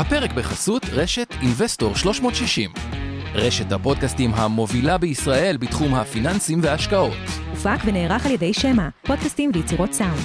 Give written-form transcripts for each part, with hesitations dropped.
הפרק בחסות רשת אינבסטור 360. רשת הפודקאסטים המובילה בישראל בתחום הפיננסים וההשקעות. הופק ונערך על ידי שמה, פודקאסטים ויצירות סאונד.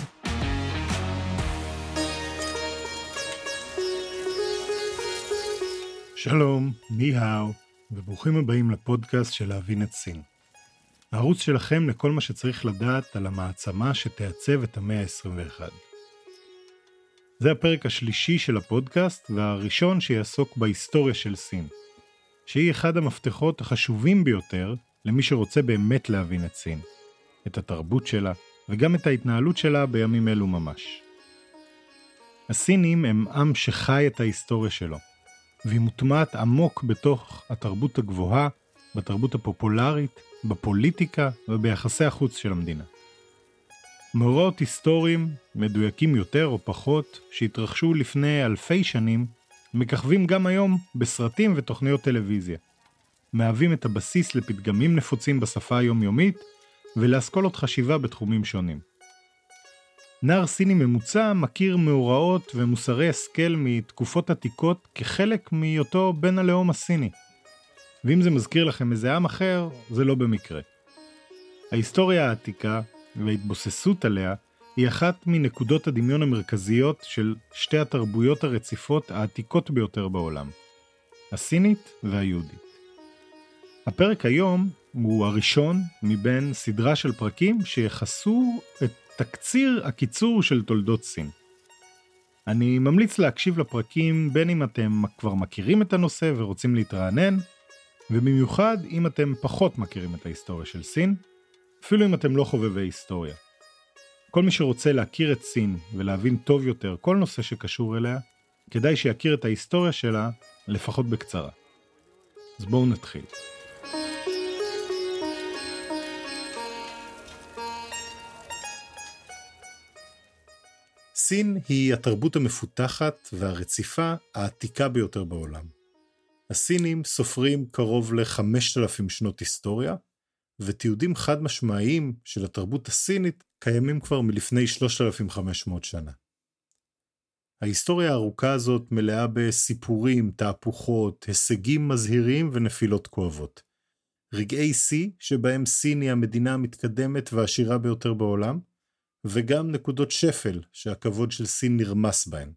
שלום, ניהאו, וברוכים הבאים לפודקאסט של להבין את סין. הערוץ שלכם לכל מה שצריך לדעת על המעצמה שתעצב את המאה ה-21. זה הפרק השלישי של הפודקאסט והראשון שיעסוק בהיסטוריה של סין, שהיא אחד המפתחות החשובים ביותר למי שרוצה באמת להבין את סין, את התרבות שלה וגם את ההתנהלות שלה בימים אלו ממש. הסינים הם עם שחי את ההיסטוריה שלו, והיא מוטמעת עמוק בתוך התרבות הגבוהה, בתרבות הפופולרית, בפוליטיקה וביחסי החוץ של המדינה. מאורעות היסטוריים, מדויקים יותר או פחות, שהתרחשו לפני אלפי שנים, מככבים גם היום בסרטים ותוכניות טלוויזיה. מהווים את הבסיס לפתגמים נפוצים בשפה היומיומית ולאסכולות חשיבה בתחומים שונים. נער סיני ממוצע מכיר מאורעות ומוסרי השכל מתקופות עתיקות כחלק מהיותו בן הלאום הסיני. ואם זה מזכיר לכם איזה עם אחר, זה לא במקרה. ההיסטוריה העתיקה וההתבוססות עליה היא אחת מנקודות הדמיון המרכזיות של שתי התרבויות הרציפות העתיקות ביותר בעולם, הסינית והיהודית. הפרק היום הוא הראשון מבין סדרה של פרקים שיחסו את תקציר הקיצור של תולדות סין. אני ממליץ להקשיב לפרקים בין אם אתם כבר מכירים את הנושא ורוצים להתרענן, ובמיוחד אם אתם פחות מכירים את ההיסטוריה של סין, אפילו אם אתם לא חובבי היסטוריה. כל מי שרוצה להכיר את סין ולהבין טוב יותר כל נושא שקשור אליה, כדאי שיכיר את ההיסטוריה שלה לפחות בקצרה. אז בואו נתחיל. סין היא התרבות המפותחת והרציפה העתיקה ביותר בעולם. הסינים סופרים קרוב ל-5,000 שנות היסטוריה, ותיעודים חד משמעיים של התרבות הסינית קיימים כבר מלפני 3,500 שנה. ההיסטוריה הארוכה הזאת מלאה בסיפורים, תהפוכות, הישגים מזהירים ונפילות כואבות. רגעי שיא שבהם סין היא המדינה המתקדמת והעשירה ביותר בעולם, וגם נקודות שפל שהכבוד של סין נרמס בהן.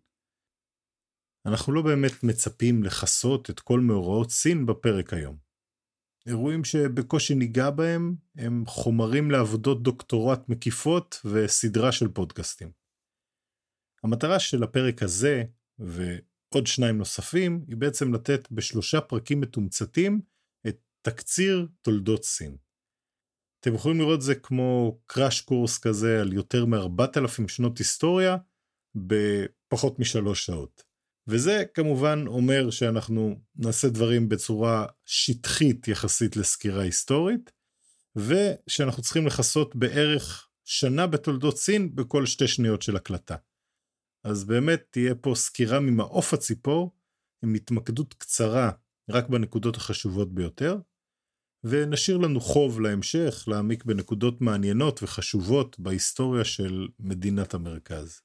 אנחנו לא באמת מצפים לחסות את כל מאורעות סין בפרק היום. אירועים שבקושי ניגע בהם הם חומרים לעבודות דוקטורט מקיפות וסדרה של פודקאסטים. המטרה של הפרק הזה ועוד 2 נוספים היא בעצם לתת ב3 פרקים מתומצתים את תקציר תולדות סין. אתם יכולים לראות זה כמו קראש קורס כזה על יותר מ-4,000 שנות היסטוריה בפחות מ3 שעות. וזה כמובן אומר שאנחנו נעשה דברים בצורה שטחית יחסית לסקירה היסטורית, ושאנחנו צריכים לחסות בערך שנה בתולדות סין בכל 2 שניות של הקלטה. אז באמת תהיה פה סקירה ממעוף הציפור, עם התמקדות קצרה רק בנקודות החשובות ביותר, ונשאיר לנו חוב להמשך להעמיק בנקודות מעניינות וחשובות בהיסטוריה של מדינת המרכז.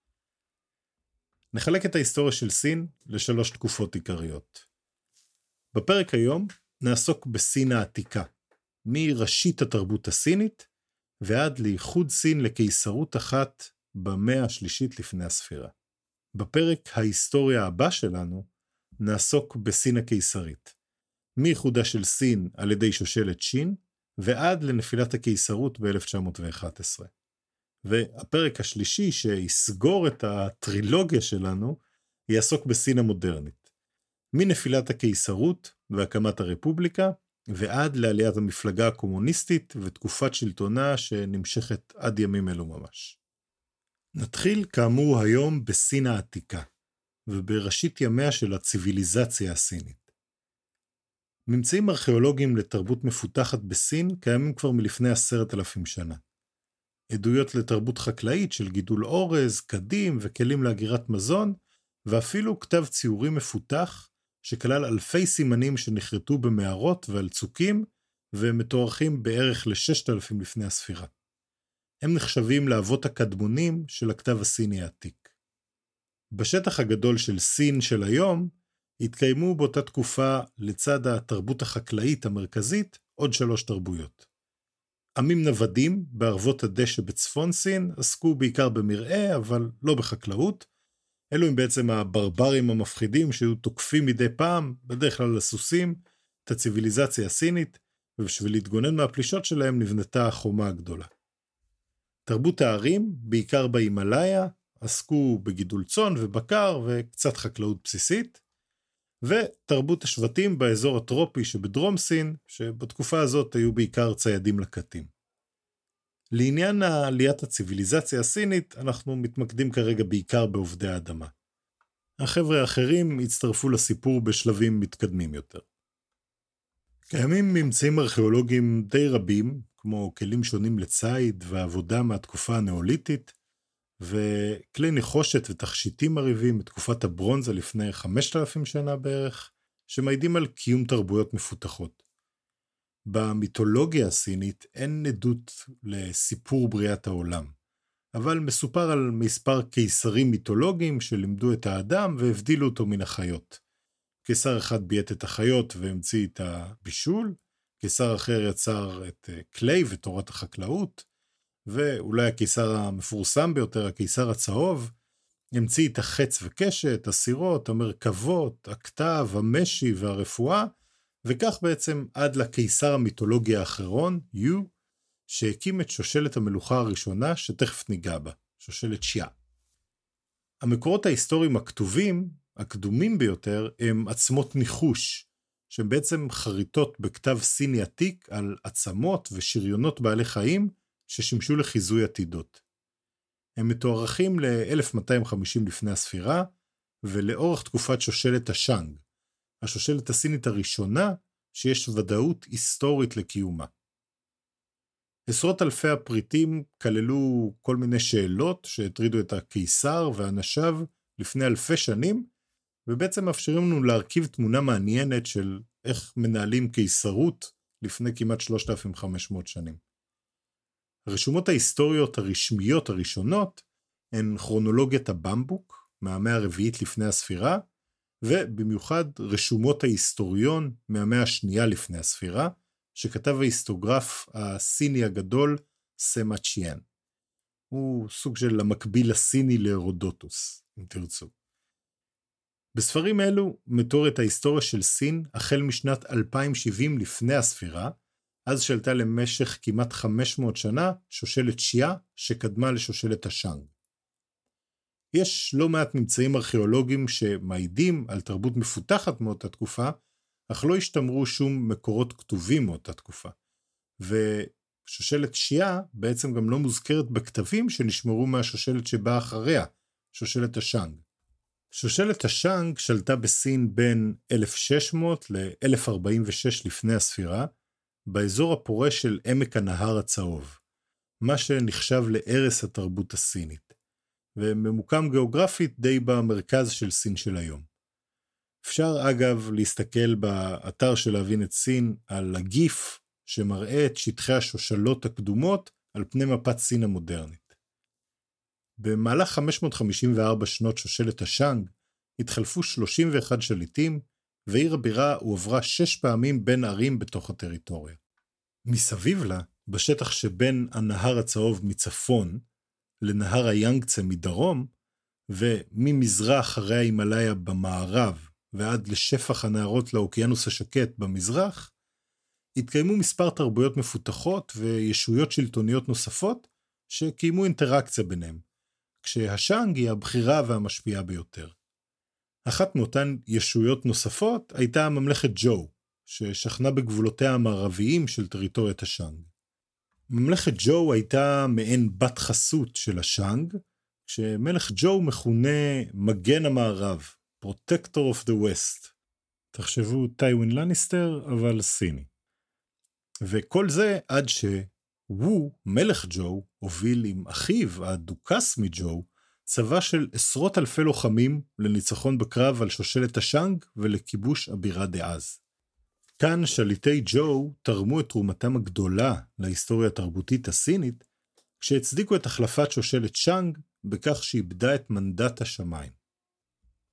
נחלק את ההיסטוריה של סין ל3 תקופות עיקריות. בפרק היום נעסוק בסין העתיקה, מראשית התרבות הסינית ועד לאיחוד סין לקיסרות אחת במאה השלישית לפני הספירה. בפרק ההיסטוריה הבא שלנו נעסוק בסין הקיסרית, מאיחודה של סין על ידי שושלת שין ועד לנפילת הקיסרות ב-1911. והפרק השלישי שיסגור את הטרילוגיה שלנו יעסוק בסין המודרנית, מנפילת הקיסרות והקמת הרפובליקה ועד לעליית המפלגה הקומוניסטית ותקופת שלטונה שנמשכת עד ימים אלו ממש. נתחיל כאמור היום בסין העתיקה ובראשית ימיה של הציביליזציה הסינית. ממצאים ארכיאולוגיים לתרבות מפותחת בסין קיימים כבר מלפני 10,000 שנה. עדויות לתרבות חקלאית של גידול אורז, קדים וכלים להגירת מזון, ואפילו כתב ציורים מפותח שכלל אלפי סימנים שנחרטו במערות ועל צוקים, ומתוארכים בערך ל-6,000 לפני הספירה. הם נחשבים לאבות הקדמונים של הכתב הסיני העתיק. בשטח הגדול של סין של היום, התקיימו באותה תקופה לצד התרבות החקלאית המרכזית עוד 3 תרבויות. עמים נוודים בערבות הדשא בצפון סין עסקו בעיקר במרעה, אבל לא בחקלאות. אלו הם בעצם הברברים המפחידים שהיו תוקפים מדי פעם, בדרך כלל לסוסים, את הציביליזציה הסינית, ובשביל להתגונן מהפלישות שלהם נבנתה החומה הגדולה. תרבות הערים, בעיקר בהימאליה, עסקו בגידול צאן ובקר וקצת חקלאות בסיסית, ותרבות השבטים באזור הטרופי שבדרום סין, שבתקופה הזאת היו בעיקר ציידים לקטים. לעניין עליית הציביליזציה הסינית, אנחנו מתמקדים כרגע בעיקר בעובדי האדמה. החבר'ה האחרים הצטרפו לסיפור בשלבים מתקדמים יותר. קיימים ממצאים ארכיאולוגיים די רבים, כמו כלים שונים לצייד ועבודה מהתקופה הנאוליתית, וכלי נחושת ותכשיטים מריבים מתקופת הברונזה לפני 5,000 שנה בערך, שמעידים על קיום תרבויות מפותחות. במיתולוגיה הסינית אין עדות לסיפור בריאת העולם, אבל מסופר על מספר קיסרים מיתולוגיים שלימדו את האדם והבדילו אותו מן החיות. קיסר אחד ביית את החיות והמציא את הבישול, קיסר אחר יצר את כלי ותורת החקלאות, ואולי הקיסר המפורסם ביותר, הקיסר הצהוב, המציא את החץ וקשת, הסירות, המרכבות, הכתב, המשי והרפואה, וכך בעצם עד לקיסר המיתולוגי האחרון, יו, שהקים את שושלת המלוכה הראשונה שתכף ניגע בה, שושלת שיה. המקורות ההיסטוריים הכתובים, הקדומים ביותר, הם עצמות ניחוש, שהם בעצם חריטות בכתב סיני עתיק על עצמות ושריונות בעלי חיים ששימשו לחיזוי עתידות. הם מתוארכים ל-1250 לפני הספירה, ולאורך תקופת שושלת השאנג, השושלת הסינית הראשונה שיש ודאות היסטורית לקיומה. עשרות אלפי הפריטים כללו כל מיני שאלות שהטרידו את הקיסר ואנשיו לפני אלפי שנים, ובעצם מאפשרים לנו להרכיב תמונה מעניינת של איך מנהלים קיסרות לפני כמעט 3,500 שנים. הרשומות ההיסטוריות הרשמיות הראשונות הן כרונולוגיית הבמבוק מהמאה הרביעית לפני הספירה, ובמיוחד רשומות ההיסטוריון מהמאה השנייה לפני הספירה, שכתב ההיסטוגרף הסיני הגדול סמה צ'יאן. הוא סוג של המקביל הסיני להרודוטוס, אם תרצו. בספרים אלו מתוארת ההיסטוריה של סין החל משנת 2070 לפני הספירה, אז שלטה למשך כמעט 500 שנה שושלת שיה שקדמה לשושלת השאנג. יש לא מעט ממצאים ארכיאולוגיים שמעידים על תרבות מפותחת מאותה תקופה, אך לא השתמרו שום מקורות כתובים מאותה תקופה. ושושלת שיה בעצם גם לא מוזכרת בכתבים שנשמרו מהשושלת שבאה אחריה, שושלת השאנג. שושלת השאנג שלטה בסין בין 1600 ל-1046 לפני הספירה, באזור הפורה של עמק הנהר הצהוב, מה שנחשב לערש התרבות הסינית, וממוקם גיאוגרפית די במרכז של סין של היום. אפשר אגב להסתכל באתר של להבין את סין על הגיף שמראה את שטחי השושלות הקדומות על פני מפת סין המודרנית. במהלך 554 שנות שושלת השאנג התחלפו 31 שליטים, ועיר הבירה הועברה 6 פעמים בין ערים בתוך הטריטוריה. מסביב לה, בשטח שבין הנהר הצהוב מצפון לנהר היאנגצה מדרום, וממזרח הרי ההימאליה במערב ועד לשפח הנהרות לאוקיינוס השקט במזרח, התקיימו מספר תרבויות מפותחות וישויות שלטוניות נוספות שקיימו אינטראקציה ביניהם, כשהשאנג היא הבחירה והמשפיעה ביותר. אחת מאותן ישויות נוספות הייתה ממלכת ג'ו, ששכנה בגבולותיה המערביים של טריטוריית השאנג. ממלכת ג'ו הייתה מעין בת חסות של השאנג, כשמלך ג'ו מכונה מגן המערב, Protector of the West. תחשבו טיווין לניסטר, אבל סיני. וכל זה עד שוו, מלך ג'ו, הוביל עם אחיו, הדוכס מג'ו, צבא של עשרות אלפי לוחמים לניצחון בקרב על שושלת השאנג ולכיבוש הבירה דאז. כאן שליטי ג'ו תרמו את תרומתם הגדולה להיסטוריה התרבותית הסינית, כשהצדיקו את החלפת שושלת שאנג בכך שאיבדה את מנדט השמיים.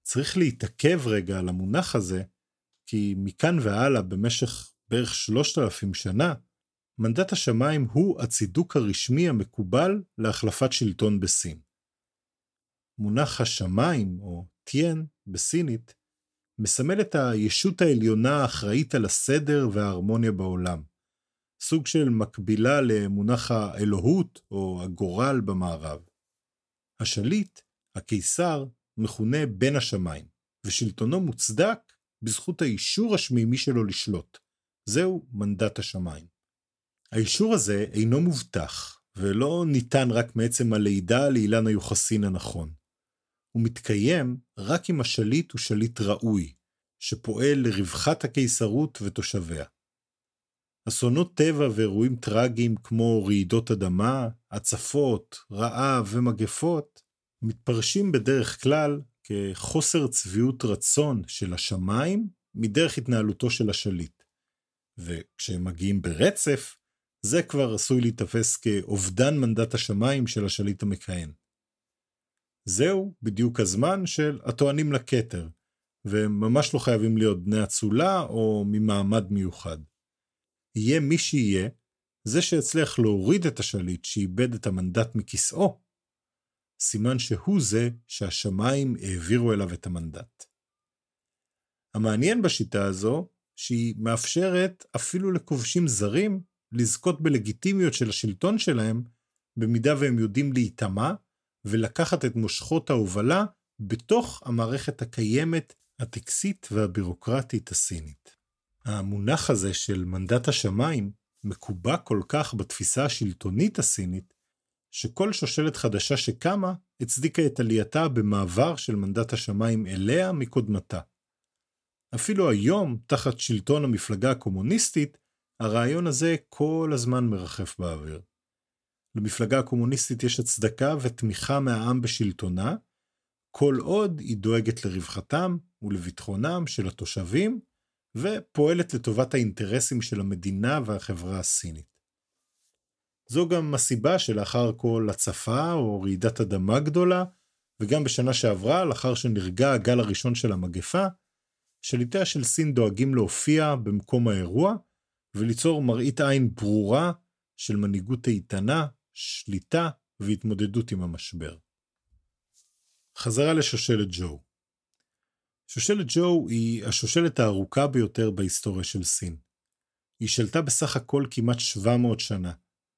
צריך להתעכב רגע על המונח הזה, כי מכאן והלאה במשך בערך 3,000 שנה, מנדט השמיים הוא הצידוק הרשמי המקובל להחלפת שלטון בסין. מונח השמיים, או טיין בסינית, מסמל את הישות העליונה האחראית על הסדר וההרמוניה בעולם, סוג של מקבילה למונח האלוהות או הגורל במערב. השליט, הקיסר, מכונה בן השמיים, ושלטונו מוצדק בזכות האישור השמימי שלו לשלוט. זהו מנדט השמיים. האישור הזה אינו מובטח, ולא ניתן רק מעצם הלידה לאילן היוחסין הנכון. הוא מתקיים רק אם השליט הוא שליט ראוי, שפועל לרווחת הקיסרות ותושביה. אסונות טבע ואירועים טרגיים כמו רעידות אדמה, הצפות, רעב ומגפות, מתפרשים בדרך כלל כחוסר צביעות רצון של השמיים מדרך התנהלותו של השליט. וכשהם מגיעים ברצף, זה כבר עשוי להתאפס כאובדן מנדט השמיים של השליט המכהן. זהו בדיוק הזמן של הטוענים לכתר, והם ממש לא חייבים להיות בני אצולה או ממעמד מיוחד. יהיה מי שיהיה, זה שהצליח להוריד את השליט שאיבד את המנדט מכיסאו, סימן שהוא זה שהשמיים העבירו אליו את המנדט. המעניין בשיטה הזו, שהיא מאפשרת אפילו לכובשים זרים לזכות בלגיטימיות של השלטון שלהם, במידה והם יודעים להיטמע ולקחת את מושכות ההובלה בתוך המערכת הקיימת, הטקסית והבירוקרטית הסינית. המונח הזה של מנדט השמיים מקובע כל כך בתפיסה השלטונית הסינית, שכל שושלת חדשה שקמה הצדיקה את עלייתה במעבר של מנדט השמיים אליה מקודמתה. אפילו היום, תחת שלטון המפלגה הקומוניסטית, הרעיון הזה כל הזמן מרחף באוויר. למפלגה הקומוניסטית יש הצדקה ותמיכה מהעם בשלטונה, כל עוד היא דואגת לרווחתם ולביטחונם של התושבים, ופועלת לטובת האינטרסים של המדינה והחברה הסינית. זו גם הסיבה שלאחר כל הצפה או רעידת אדמה גדולה, וגם בשנה שעברה, לאחר שנרגע הגל הראשון של המגפה, שליטיה של סין דואגים להופיע במקום האירוע, וליצור מראית עין ברורה של מנהיגות איתנה, שליטה והתמודדות עם המשבר. חזרה לשושלת ז'ו. שושלת ז'ו היא השושלת הארוכה ביותר בהיסטוריה של סין. היא שלטה בסך הכל כמעט 700 שנה,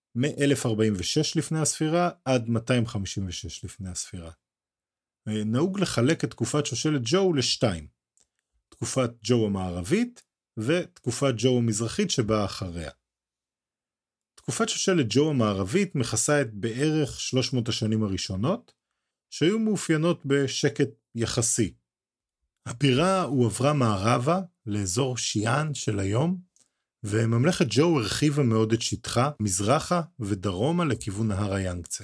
מ-1046 לפני הספירה עד 256 לפני הספירה. נהוג לחלק את תקופת שושלת ז'ו לשתיים, תקופת ז'ו המערבית ותקופת ז'ו המזרחית שבאה אחריה. תקופת שושלת ז'ו המערבית מכסה את בערך 300 השנים הראשונות, שהיו מאופיינות בשקט יחסי. הבירה הועברה מערבה לאזור שיאן של היום, וממלכת ז'ו הרחיבה מאוד את שטחה מזרחה ודרומה לכיוון נהר היאנגצה.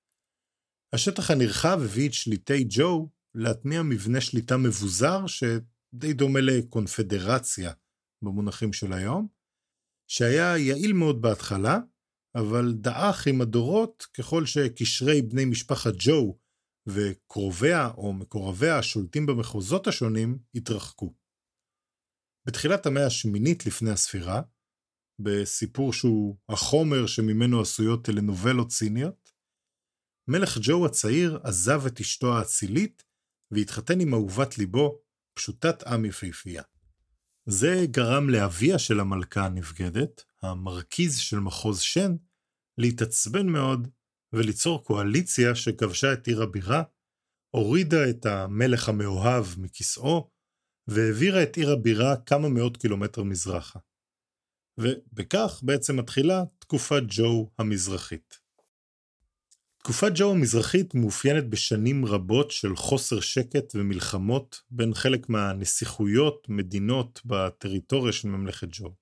השטח הנרחב הביא את שליטי ז'ו להטמיע מבנה שליטה מבוזר שדי דומה לקונפדרציה במונחים של היום, שהיה יעיל מאוד בהתחלה, אבל דעך עם הדורות ככל שקשרי בני משפחת ז'ו וקרוביה או מקורביה השולטים במחוזות השונים התרחקו. בתחילת המאה השמינית לפני הספירה, בסיפור שהוא החומר שממנו עשויות טלנובלות סיניות, מלך ז'ו הצעיר עזב את אשתו האצילית והתחתן עם אהובת ליבו, פשוטת עם יפהפייה. זה גרם לאביה של המלכה הנבגדת, המרכיז של מחוז שן, להתעצבן מאוד וליצור קואליציה שכבשה את עיר הבירה, הורידה את המלך המאוהב מכיסאו, והעבירה את עיר הבירה כמה מאות קילומטר מזרחה. ובכך בעצם מתחילה תקופת ז'ו המזרחית. תקופת ז'ו המזרחית מאופיינת בשנים רבות של חוסר שקט ומלחמות בין חלק מהנסיכויות מדינות בטריטוריה של ממלכת ז'ו.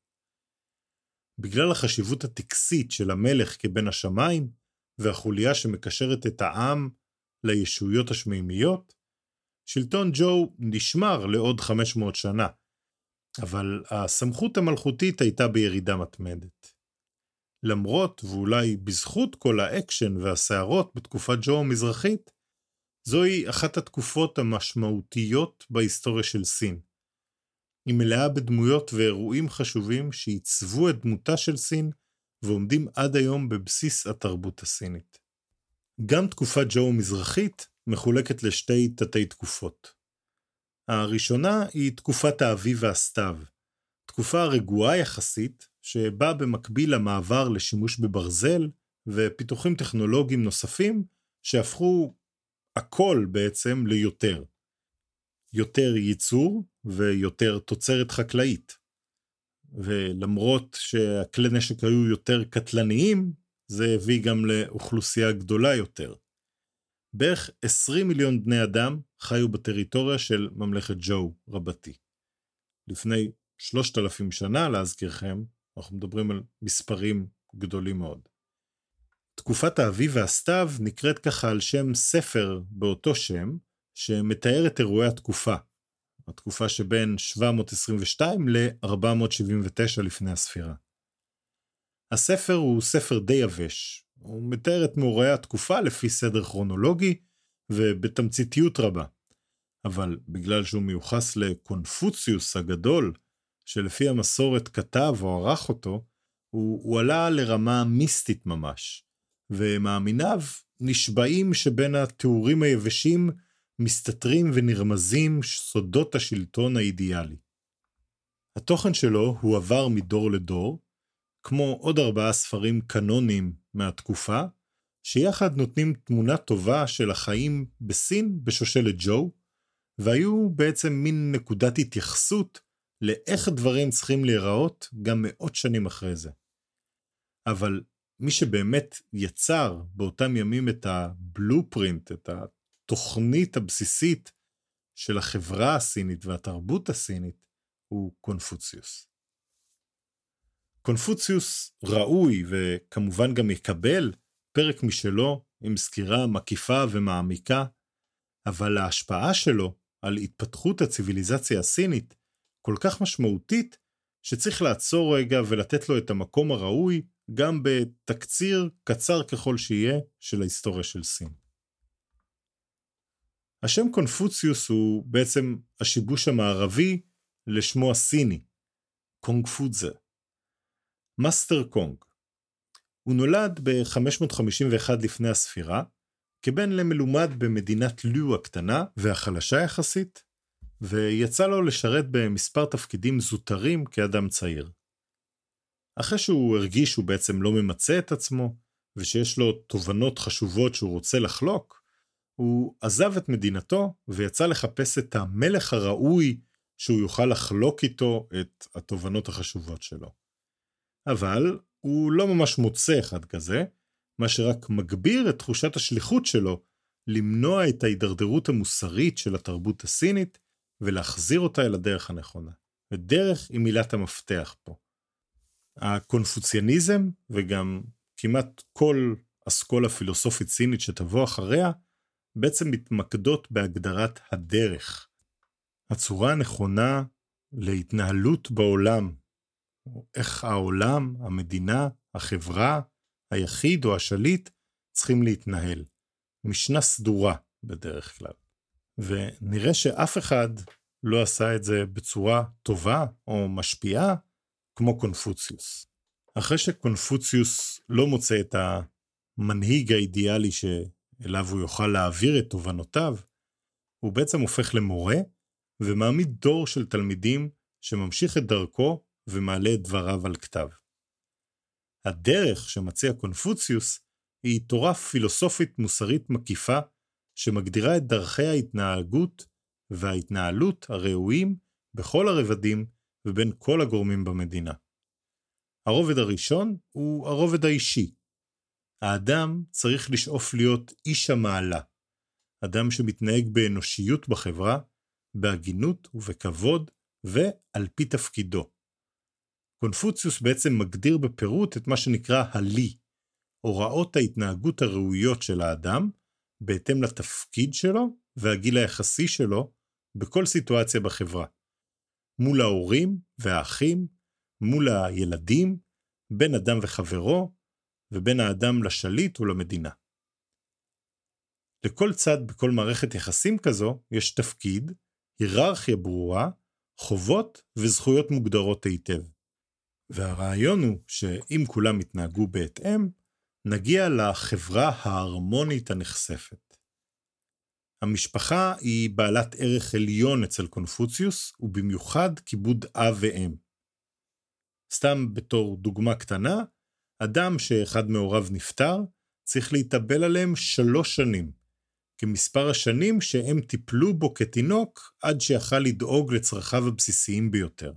בגלל החשיבות הטקסית של המלך כבן השמיים והחוליה שמקשרת את העם לישויות השמימיות, שלטון ז'ו נשמר לעוד 500 שנה, אבל הסמכות המלכותית הייתה בירידה מתמדת. למרות ואולי בזכות כל האקשן והסערות בתקופת ז'ו המזרחית, זוהי אחת התקופות המשמעותיות בהיסטוריה של סין. היא מלאה בדמויות ואירועים חשובים שעיצבו את דמותה של סין ועומדים עד היום בבסיס התרבות הסינית. גם תקופת ז'ו המזרחית מחולקת לשתי תתי תקופות. הראשונה היא תקופת האביב והסתיו, תקופה רגועה יחסית שבאה במקביל למעבר לשימוש בברזל ופיתוחים טכנולוגיים נוספים שהפכו הכל בעצם ליותר. יותר ייצור ויותר תוצרת חקלאית. ולמרות שהכלי נשק היו יותר קטלניים, זה הביא גם לאוכלוסייה גדולה יותר. בערך 20 מיליון בני אדם חיו בטריטוריה של ממלכת ז'ו רבתי. לפני 3,000 שנה, להזכירכם, אנחנו מדברים על מספרים גדולים מאוד. תקופת האביב והסתיו נקראת ככה על שם ספר באותו שם, שמתאר את אירועי התקופה שבין 722 ל-479 לפני הספירה. הספר הוא ספר די יבש, הוא מתאר את מאורעי התקופה לפי סדר כרונולוגי ובתמציתיות רבה, אבל בגלל שהוא מיוחס לקונפוציוס הגדול, שלפי המסורת כתב או ערך אותו, הוא עלה לרמה מיסטית ממש, ומאמיניו נשבעים שבין התיאורים היבשים מסתתרים ונרמזים סודות השלטון האידיאלי. התוכן שלו הוא עבר מדור לדור, כמו עוד 4 ספרים קנוניים מהתקופה, שיחד נותנים תמונה טובה של החיים בסין בשושלת ז'ו, והיו בעצם מין נקודת התייחסות לאיך הדברים צריכים להיראות גם מאות שנים אחרי זה. אבל מי שבאמת יצר באותם ימים את הבלופרינט, את התוכנית הבסיסית של החברה הסינית והתרבות הסינית, הוא קונפוציוס. קונפוציוס ראוי וכמובן גם יקבל פרק משלו עם סקירה מקיפה ומעמיקה, אבל ההשפעה שלו על התפתחות הציביליזציה הסינית כל כך משמעותית, שצריך לעצור רגע ולתת לו את המקום הראוי, גם בתקציר קצר ככל שיהיה של ההיסטוריה של סין. השם קונפוציוס הוא בעצם השיבוש המערבי לשמו הסיני, קונג פוצה. מאסטר קונג. הוא נולד ב-551 לפני הספירה, כבן למלומד במדינת ליו הקטנה והחלשה יחסית, ויצא לו לשרת במספר תפקידים זוטרים כאדם צעיר. אחרי שהוא הרגיש שהוא בעצם לא ממצא את עצמו, ושיש לו תובנות חשובות שהוא רוצה לחלוק, הוא עזב את מדינתו ויצא לחפש את המלך הראוי שהוא יוכל לחלוק איתו את התובנות החשובות שלו. אבל הוא לא ממש מוצא אחד כזה, מה שרק מגביר את תחושת השליחות שלו למנוע את ההידרדרות המוסרית של התרבות הסינית ולהחזיר אותה אל הדרך הנכונה. ודרך היא מילת המפתח פה. הקונפוציאניזם וגם כמעט כל אסכולה פילוסופית סינית שתבוא אחריה בעצם מתמקדות בהגדרת הדרך. הצורה הנכונה להתנהלות בעולם, איך העולם, המדינה, החברה, היחיד או השליט צריכים להתנהל. משנה סדורה בדרך כלל. ונראה שאף אחד לא עשה את זה בצורה טובה או משפיעה כמו קונפוציוס. אחרי שקונפוציוס לא מוצא את המנהיג האידיאלי שאליו הוא יוכל להעביר את תובנותיו, הוא בעצם הופך למורה ומעמיד דור של תלמידים שממשיך את דרכו ומעלה את דבריו על כתב. הדרך שמציע קונפוציוס היא תורה פילוסופית מוסרית מקיפה שמגדירה את דרכי ההתנהגות וההתנהלות הראויים בכל הרבדים ובין כל הגורמים במדינה. הרובד הראשון הוא הרובד האישי. האדם צריך לשאוף להיות איש המעלה, אדם שמתנהג באנושיות בחברה, בהגינות ובכבוד ועל פי תפקידו. קונפוציוס בעצם מגדיר בפירוט את מה שנקרא הלי, הוראות ההתנהגות הראויות של האדם, בהתאם לתפקיד שלו והגיל היחסי שלו בכל סיטואציה בחברה. מול ההורים והאחים, מול הילדים, בין אדם וחברו, ובין האדם לשליט ולמדינה. לכל צד בכל מערכת יחסים כזו יש תפקיד, היררכיה ברורה, חובות וזכויות מוגדרות היטב. והרעיון הוא שאם כולם יתנהגו בהתאם, נגיע לחברה ההרמונית הנחשפת. המשפחה היא בעלת ערך עליון אצל קונפוציוס, ובמיוחד כיבוד אב ואם. סתם בתור דוגמה קטנה, אדם שאחד מהוריו נפטר, צריך להתאבל עליהם 3 שנים, כמספר השנים שהם טיפלו בו כתינוק עד שיכל לדאוג לצרכיו הבסיסיים ביותר.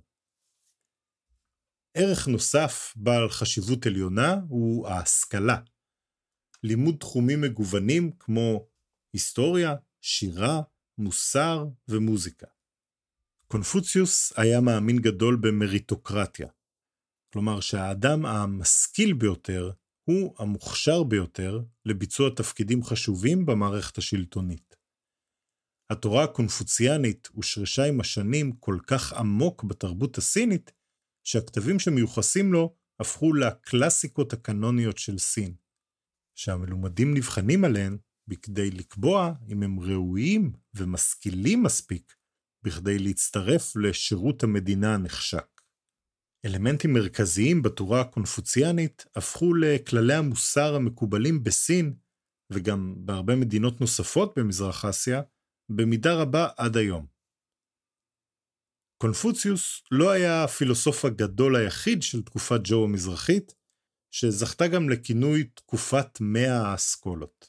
ערך נוסף בעל חשיבות עליונה הוא ההשכלה. לימוד תחומים מגוונים כמו היסטוריה, שירה, מוסר ומוזיקה. קונפוציוס היה מאמין גדול במריטוקרטיה. כלומר שהאדם המשכיל ביותר הוא המוכשר ביותר לביצוע תפקידים חשובים במערכת השלטונית. התורה הקונפוציאנית הושרשה עם השנים כל כך עמוק בתרבות הסינית, שהכתבים שמיוחסים לו הפכו לקלאסיקות הקנוניות של סין, שהמלומדים נבחנים עליהן בכדי לקבוע אם הם ראויים ומשכילים מספיק בכדי להצטרף לשירות המדינה הנחשק. אלמנטים מרכזיים בתורה הקונפוציאנית הפכו לכללי המוסר המקובלים בסין, וגם בהרבה מדינות נוספות במזרח אסיה, במידה רבה עד היום. קונפוציוס לא היה הפילוסוף הגדול היחיד של תקופת ז'ו המזרחית, שזכתה גם לכינוי תקופת 100 האסכולות.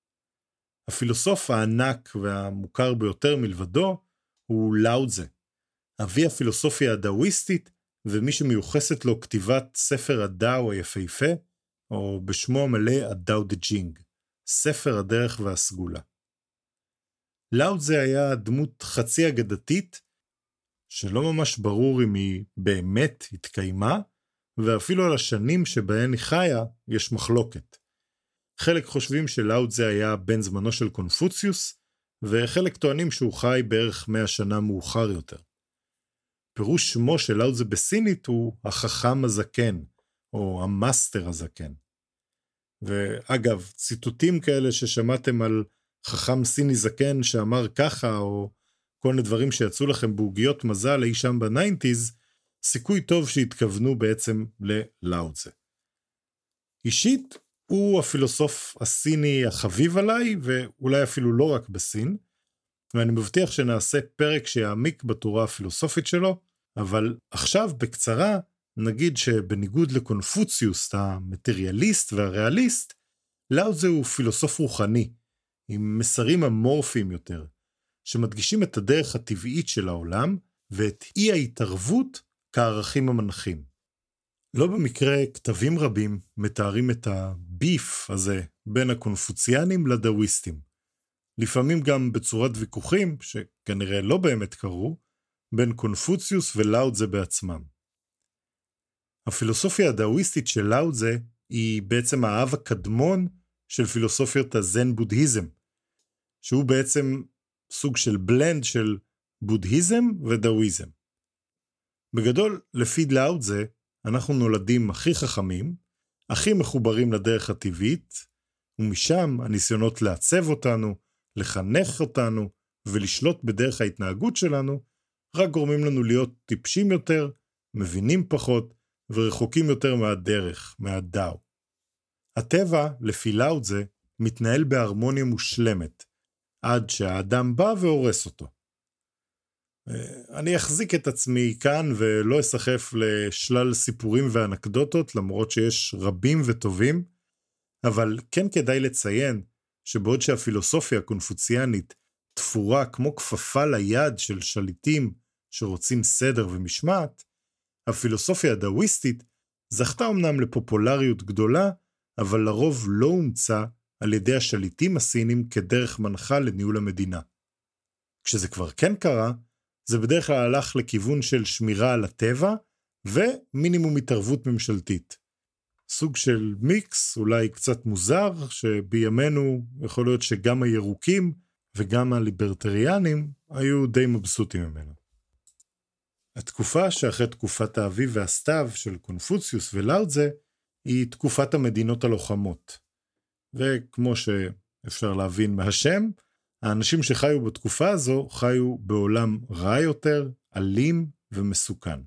הפילוסוף הענק והמוכר ביותר מלבדו הוא לאו צזה, אבי הפילוסופיה הדאוויסטית, ומי שמיוחסת לו כתיבת ספר הדאו היפהפה, או בשמו המלא הדאו דה ג'ינג, ספר הדרך והסגולה. לאו צזה היה דמות חצי אגדתית, שלא ממש ברור אם היא באמת התקיימה, ואפילו על השנים שבהן היא חיה יש מחלוקת. חלק חושבים שלאו צזה היה בן זמנו של קונפוציוס, וחלק טוענים שהוא חי בערך 100 שנה מאוחר יותר. פירוש שמו של לאו צזה בסינית הוא החכם הזקן, או המאסטר הזקן. ואגב, ציטוטים כאלה ששמעתם על חכם סיני זקן שאמר ככה, או כל מיני דברים שיצאו לכם בעוגיות מזל אי שם ב-90s, סיכוי טוב שהתכוונו בעצם ללאו צזה. אישית, הוא הפילוסוף הסיני החביב עליי, ואולי אפילו לא רק בסין, ואני מבטיח שנעשה פרק שיעמיק בתורה הפילוסופית שלו, אבל עכשיו בקצרה נגיד שבניגוד לקונפוציוס, המטריאליסט והריאליסט, לאו צזה הוא פילוסוף רוחני, עם מסרים אמורפיים יותר, שמדגישים את הדרך הטבעית של העולם, ואת אי ההתערבות כערכים המנחים. לא במקרה כתבים רבים מתארים את הביף הזה בין הקונפוציאנים לדאוויסטים. לפעמים גם בצורת ויכוחים, שכנראה לא באמת קרו, בין קונפוציוס ולאו צזה בעצמם. הפילוסופיה הדאוויסטית של לאו צזה היא בעצם האב הקדמון של פילוסופיות הזן בודהיזם, שהוא בעצם סוג של בלנד של בודהיזם ודאוויזם. בגדול, לפי לאו צזה, אנחנו נולדים הכי חכמים, הכי מחוברים לדרך הטבעית, ומשם הניסיונות לעצב אותנו, לחנך אותנו ולשלוט בדרך ההתנהגות שלנו, רק גורמים לנו להיות טיפשים יותר, מבינים פחות ורחוקים יותר מהדרך, מהדאו. הטבע, לפי לאו צזה, מתנהל בהרמוניה מושלמת, עד שהאדם בא והורס אותו. אני אחזיק את עצמי כאן ולא אסחף לשלל סיפורים ואנקדוטות, למרות שיש רבים וטובים, אבל כן כדאי לציין שבעוד שהפילוסופיה הקונפוציאנית תפורה כמו כפפה ליד של שליטים שרוצים סדר ומשמעת, הפילוסופיה הדאוויסטית זכתה אמנם לפופולריות גדולה, אבל לרוב לא הומצא על ידי השליטים הסינים כדרך מנחה לניהול המדינה. כשזה כבר כן קרה, זה בדרך כלל הלך לכיוון של שמירה על הטבע ומינימום התערבות ממשלתית. סוג של מיקס, אולי קצת מוזר, שבימינו יכול להיות שגם הירוקים וגם הליברטריאנים היו די מבסוטים ממנו. התקופה שאחרי תקופת האביב והסתיו של קונפוציוס ולאו צזה היא תקופת המדינות הלוחמות. וכמו אפשר להבין מהשם, האנשים שחיו בתקופה הזו חיו בעולם רע יותר, אלים ומסוכן.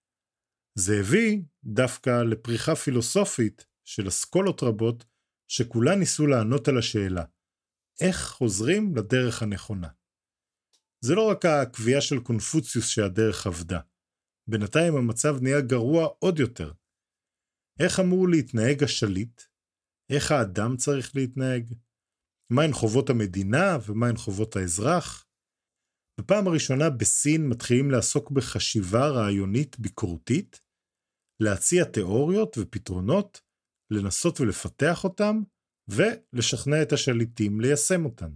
זה הביא דווקא לפריחה פילוסופית של אסכולות רבות, שכולן ניסו לענות על השאלה, איך חוזרים לדרך הנכונה? זה לא רק הקביעה של קונפוציוס שהדרך עבדה. בינתיים המצב נהיה גרוע עוד יותר. איך אמור להתנהג השליט? איך האדם צריך להתנהג? מהן חובות המדינה ומהן חובות האזרח? בפעם הראשונה בסין מתחילים לעסוק בחשיבה רעיונית ביקורתית, להציע תיאוריות ופתרונות, לנסות ולפתח אותם, ולשכנע את השליטים ליישם אותן.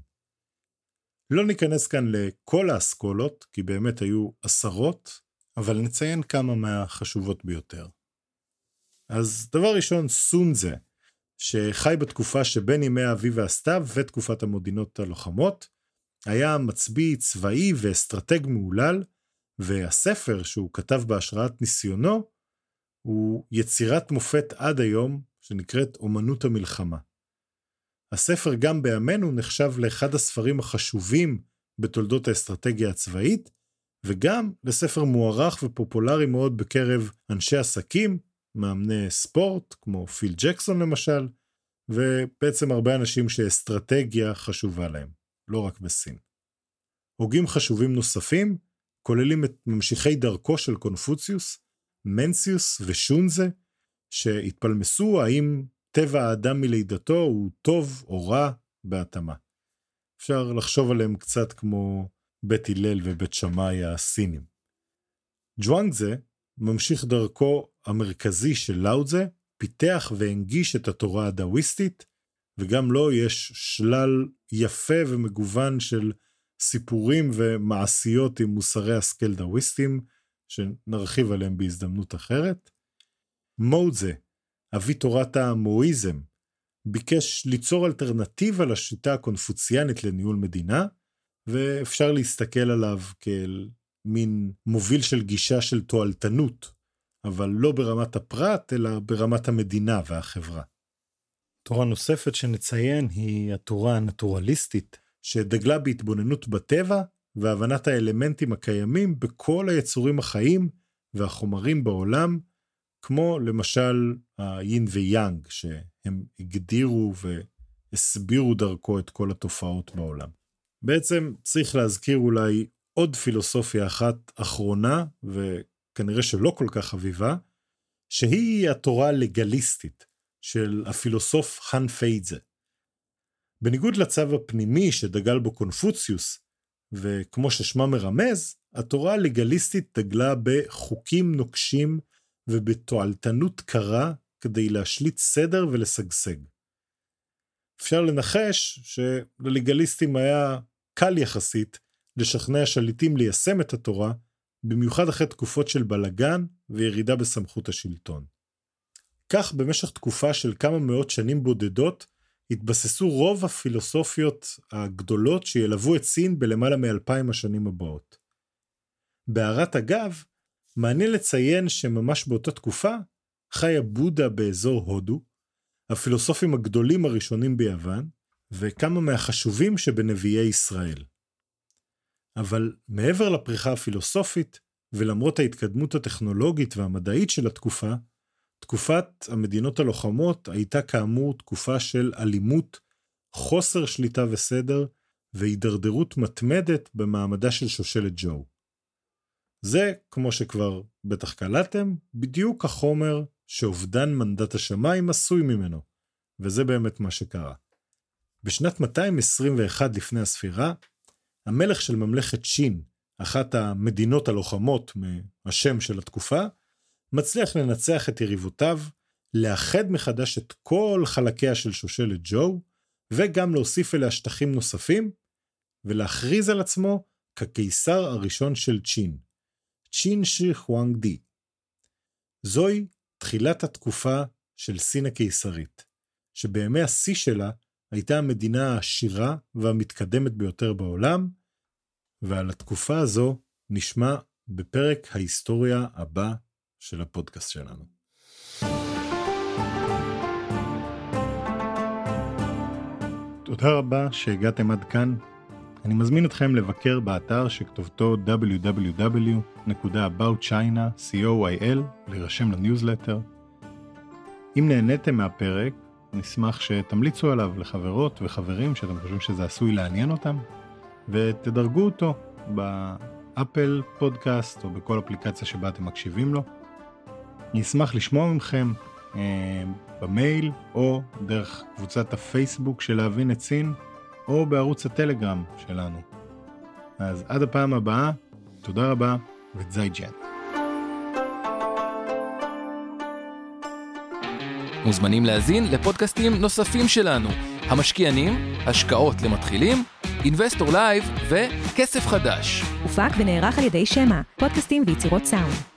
לא ניכנס כאן לכל האסכולות, כי באמת היו עשרות, אבל נציין כמה מהחשובות ביותר. אז דבר ראשון, סונזה, שחי בתקופה שבין ימי האביב והסתיו ותקופת המדינות הלוחמות, היה מצביא צבאי ואסטרטג מעולל, והספר שהוא כתב בהשראת ניסיונו, הוא יצירת מופת עד היום, שנקראת אומנות המלחמה. הספר גם בימינו נחשב לאחד הספרים החשובים בתולדות האסטרטגיה הצבאית, וגם לספר מוערך ופופולרי מאוד בקרב אנשי עסקים, מאמני ספורט, כמו פיל ג'קסון למשל, ובעצם הרבה אנשים שאסטרטגיה חשובה להם, לא רק בסין. הוגים חשובים נוספים, כוללים את ממשיכי דרכו של קונפוציוס, מנסיוס ושונזה, שהתפלמסו האם טבע האדם מלידתו הוא טוב או רע בהתאמה. אפשר לחשוב עליהם קצת כמו בית הלל ובית שמאי הסינים. ג'ואנגזה, ממשיך דרכו המרכזי של לאו-צזה, פיתח והנגיש את התורה הדאוויסטית, וגם לו יש שלל יפה ומגוון של סיפורים ומעשיות עם מוסרי השכל דאוויסטים, שנרחיב עליהם בהזדמנות אחרת. מאו-צזה, אבי תורת המואיזם, ביקש ליצור אלטרנטיבה לשיטה הקונפוציאנית לניהול מדינה, ואפשר להסתכל עליו כאל מין מוביל של גישה של תועלתנות, אבל לא ברמת הפרט, אלא ברמת המדינה והחברה. תורה נוספת שנציין היא התורה הנטורליסטית, שדגלה בהתבוננות בטבע, והבנת האלמנטים הקיימים בכל היצורים החיים והחומרים בעולם, כמו למשל היין ויאנג, שהם הגדירו והסבירו דרכו את כל התופעות בעולם. בעצם צריך להזכיר אולי עוד פילוסופיה אחת אחרונה, וכנראה שלא כל כך חביבה, שהיא התורה הלגליסטית של הפילוסוף האן פיידזה. בניגוד לצו הפנימי שדגל בו קונפוציוס, וכמו ששמה מרמז, התורה הלגליסטית דגלה בחוקים נוקשים ובתועלתנות קרה כדי להשליט סדר ולסגסג. אפשר לנחש שללגליסטים היה קל יחסית לשכנע שליטים ליישם את התורה, במיוחד אחרי תקופות של בלגן וירידה בסמכות השלטון. כך במשך תקופה של כמה מאות שנים בודדות, התבססו רוב הפילוסופיות הגדולות שילוו את סין בלמעלה מ-2000 השנים הבאות. בהערת אגב, מעניין לציין שממש באותה תקופה חיה בודה באזור הודו, הפילוסופים הגדולים הראשונים ביוון, וכמה מהחשובים שבנביאי ישראל. אבל מעבר לפריחה הפילוסופית, ולמרות ההתקדמות הטכנולוגית והמדעית של התקופה, תקופת המדינות הלוחמות הייתה כאמור תקופה של אלימות, חוסר שליטה וסדר, והידרדרות מתמדת במעמדה של שושלת ג'ו. זה, כמו שכבר בטח קלטתם, בדיוק החומר שאובדן מנדט השמיים עשוי ממנו, וזה באמת מה שקרה. בשנת 221 לפני הספירה, המלך של ממלכת שין, אחת המדינות הלוחמות מהשם של התקופה, מצליח לנצח את יריבותיו, לאחד מחדש את כל חלקיה של שושלת ג'ו, וגם להוסיף אליה שטחים נוספים, ולהכריז על עצמו כקיסר הראשון של צ'ין, צ'ין שי חואנג די. זוהי תחילת התקופה של סין הקיסרית, שבימי השיא שלה הייתה המדינה העשירה והמתקדמת ביותר בעולם, ועל התקופה הזו נשמע בפרק ההיסטוריה הבא של הפודקאסט שלנו. תודה רבה שהגעתם עד כאן. אני מזמין אתכם לבקר באתר שכתובתו www.aboutchina.co.il, להירשם לניוזלטר. אם נהניתם מהפרק, נשמח שתמליצו עליו לחברות וחברים שאתם חושבים שזה עשוי לעניין אותם, ותדרגו אותו באפל פודקאסט או בכל אפליקציה שבה אתם מקשיבים לו. נשמח לשמוע מכם במייל או דרך קבוצת הפייסבוק של להבין את סין, או בערוץ הטלגרם שלנו. אז עד הפעם הבאה, תודה רבה וזייג'ן. מוזמנים להזין לפודקאסטים נוספים שלנו, המשקיענים, השקעות למתחילים, אינבסטור לייב וכסף חדש. הופק ונערך על ידי שמע, פודקאסטים ויצירות סאונד.